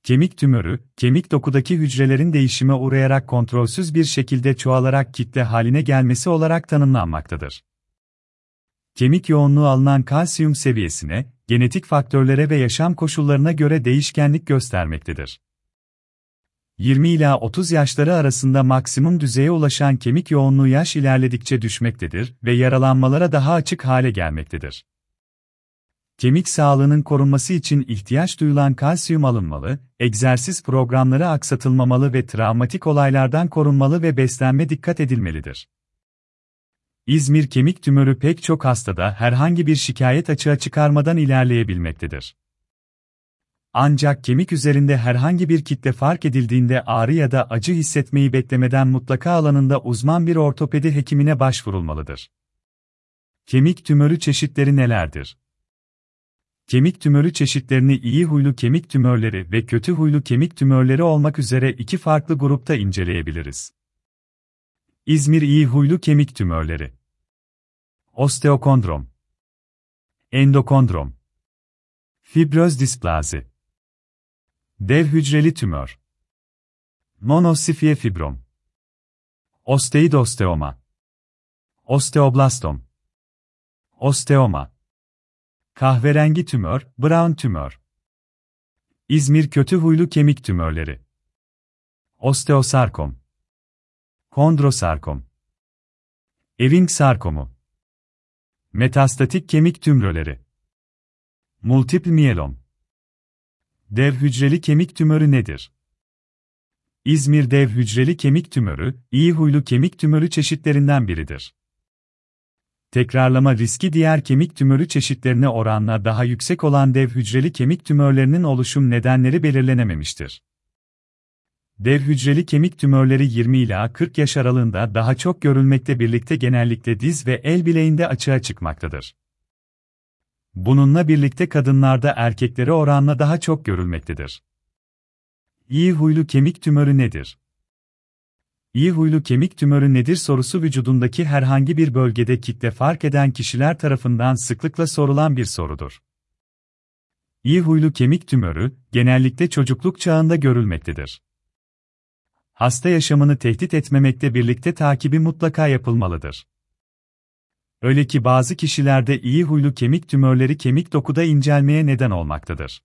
Kemik tümörü, kemik dokudaki hücrelerin değişime uğrayarak kontrolsüz bir şekilde çoğalarak kitle haline gelmesi olarak tanımlanmaktadır. Kemik yoğunluğu alınan kalsiyum seviyesine, genetik faktörlere ve yaşam koşullarına göre değişkenlik göstermektedir. 20 ila 30 yaşları arasında maksimum düzeye ulaşan kemik yoğunluğu yaş ilerledikçe düşmektedir ve yaralanmalara daha açık hale gelmektedir. Kemik sağlığının korunması için ihtiyaç duyulan kalsiyum alınmalı, egzersiz programları aksatılmamalı ve travmatik olaylardan korunmalı ve beslenme dikkat edilmelidir. İzmir kemik tümörü pek çok hastada herhangi bir şikayet açığa çıkarmadan ilerleyebilmektedir. Ancak kemik üzerinde herhangi bir kitle fark edildiğinde ağrı ya da acı hissetmeyi beklemeden mutlaka alanında uzman bir ortopedi hekimine başvurulmalıdır. Kemik tümörü çeşitleri nelerdir? Kemik tümörü çeşitlerini iyi huylu kemik tümörleri ve kötü huylu kemik tümörleri olmak üzere iki farklı grupta inceleyebiliriz. İzmir iyi huylu kemik tümörleri. Osteokondrom, endokondrom, fibroz displazi, dev hücreli tümör, monosifiye fibrom, osteoidostoma, osteoblastom, osteoma, kahverengi tümör, Brown tümör. İzmir kötü huylu kemik tümörleri. Osteosarkom, kondrosarkom, Ewing sarkomu, metastatik kemik tümörleri, multiple miyelom. Dev hücreli kemik tümörü nedir? İzmir dev hücreli kemik tümörü, iyi huylu kemik tümörü çeşitlerinden biridir. Tekrarlama riski diğer kemik tümörü çeşitlerine oranla daha yüksek olan dev hücreli kemik tümörlerinin oluşum nedenleri belirlenememiştir. Dev hücreli kemik tümörleri 20 ila 40 yaş aralığında daha çok görülmekte, birlikte genellikle diz ve el bileğinde açığa çıkmaktadır. Bununla birlikte kadınlarda erkeklere oranla daha çok görülmektedir. İyi huylu kemik tümörü nedir? İyi huylu kemik tümörü nedir sorusu vücudundaki herhangi bir bölgede kitle fark eden kişiler tarafından sıklıkla sorulan bir sorudur. İyi huylu kemik tümörü, genellikle çocukluk çağında görülmektedir. Hasta yaşamını tehdit etmemekle birlikte takibi mutlaka yapılmalıdır. Öyle ki bazı kişilerde iyi huylu kemik tümörleri kemik dokuda incelmeye neden olmaktadır.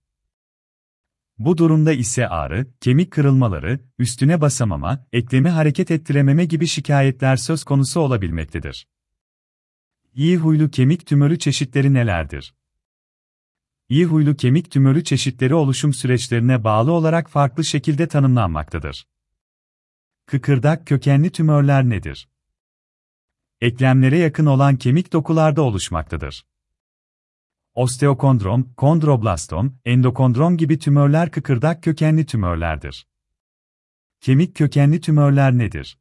Bu durumda ise ağrı, kemik kırılmaları, üstüne basamama, eklemi hareket ettirememe gibi şikayetler söz konusu olabilmektedir. İyi huylu kemik tümörü çeşitleri nelerdir? İyi huylu kemik tümörü çeşitleri oluşum süreçlerine bağlı olarak farklı şekilde tanımlanmaktadır. Kıkırdak kökenli tümörler nedir? Eklemlere yakın olan kemik dokularda oluşmaktadır. Osteokondrom, kondroblastom, endokondrom gibi tümörler kıkırdak kökenli tümörlerdir. Kemik kökenli tümörler nedir?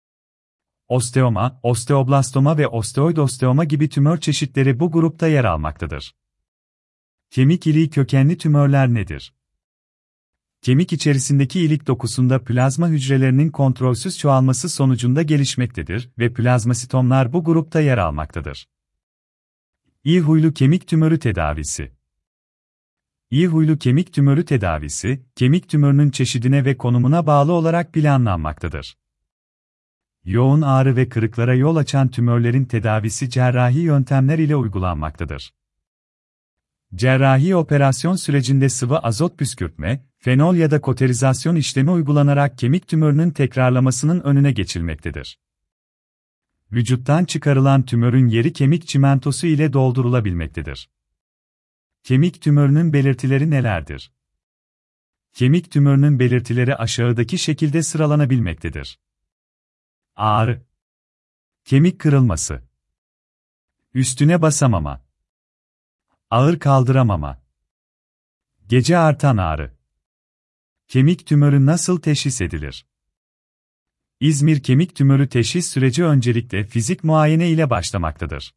Osteoma, osteoblastoma ve osteoidosteoma gibi tümör çeşitleri bu grupta yer almaktadır. Kemik iliği kökenli tümörler nedir? Kemik içerisindeki ilik dokusunda plazma hücrelerinin kontrolsüz çoğalması sonucunda gelişmektedir ve plazmasitomlar bu grupta yer almaktadır. İyi huylu kemik tümörü tedavisi. İyi huylu kemik tümörü tedavisi, kemik tümörünün çeşidine ve konumuna bağlı olarak planlanmaktadır. Yoğun ağrı ve kırıklara yol açan tümörlerin tedavisi cerrahi yöntemler ile uygulanmaktadır. Cerrahi operasyon sürecinde sıvı azot püskürtme, fenol ya da koterizasyon işlemi uygulanarak kemik tümörünün tekrarlamasının önüne geçilmektedir. Vücuttan çıkarılan tümörün yeri kemik çimentosu ile doldurulabilmektedir. Kemik tümörünün belirtileri nelerdir? Kemik tümörünün belirtileri aşağıdaki şekilde sıralanabilmektedir. Ağrı, kemik kırılması, üstüne basamama, ağır kaldıramama, gece artan ağrı. Kemik tümörü nasıl teşhis edilir? İzmir kemik tümörü teşhis süreci öncelikle fizik muayene ile başlamaktadır.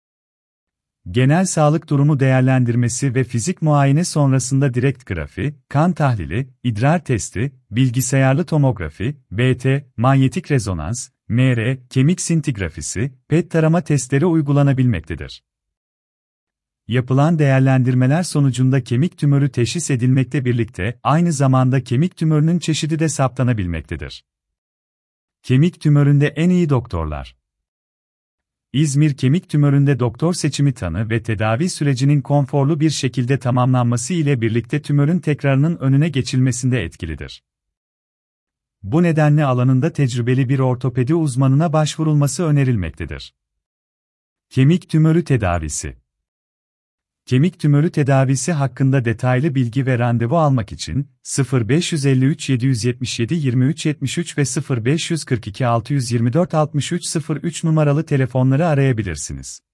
Genel sağlık durumu değerlendirmesi ve fizik muayene sonrasında direkt grafi, kan tahlili, idrar testi, bilgisayarlı tomografi, BT, manyetik rezonans, MR, kemik sintigrafisi, PET tarama testleri uygulanabilmektedir. Yapılan değerlendirmeler sonucunda kemik tümörü teşhis edilmekle birlikte, aynı zamanda kemik tümörünün çeşidi de saptanabilmektedir. Kemik tümöründe en iyi doktorlar. İzmir kemik tümöründe doktor seçimi tanı ve tedavi sürecinin konforlu bir şekilde tamamlanması ile birlikte tümörün tekrarının önüne geçilmesinde etkilidir. Bu nedenle alanında tecrübeli bir ortopedi uzmanına başvurulması önerilmektedir. Kemik tümörü tedavisi. Kemik tümörü tedavisi hakkında detaylı bilgi ve randevu almak için 0553 777 23 73 ve 0542 624 63 03 numaralı telefonları arayabilirsiniz.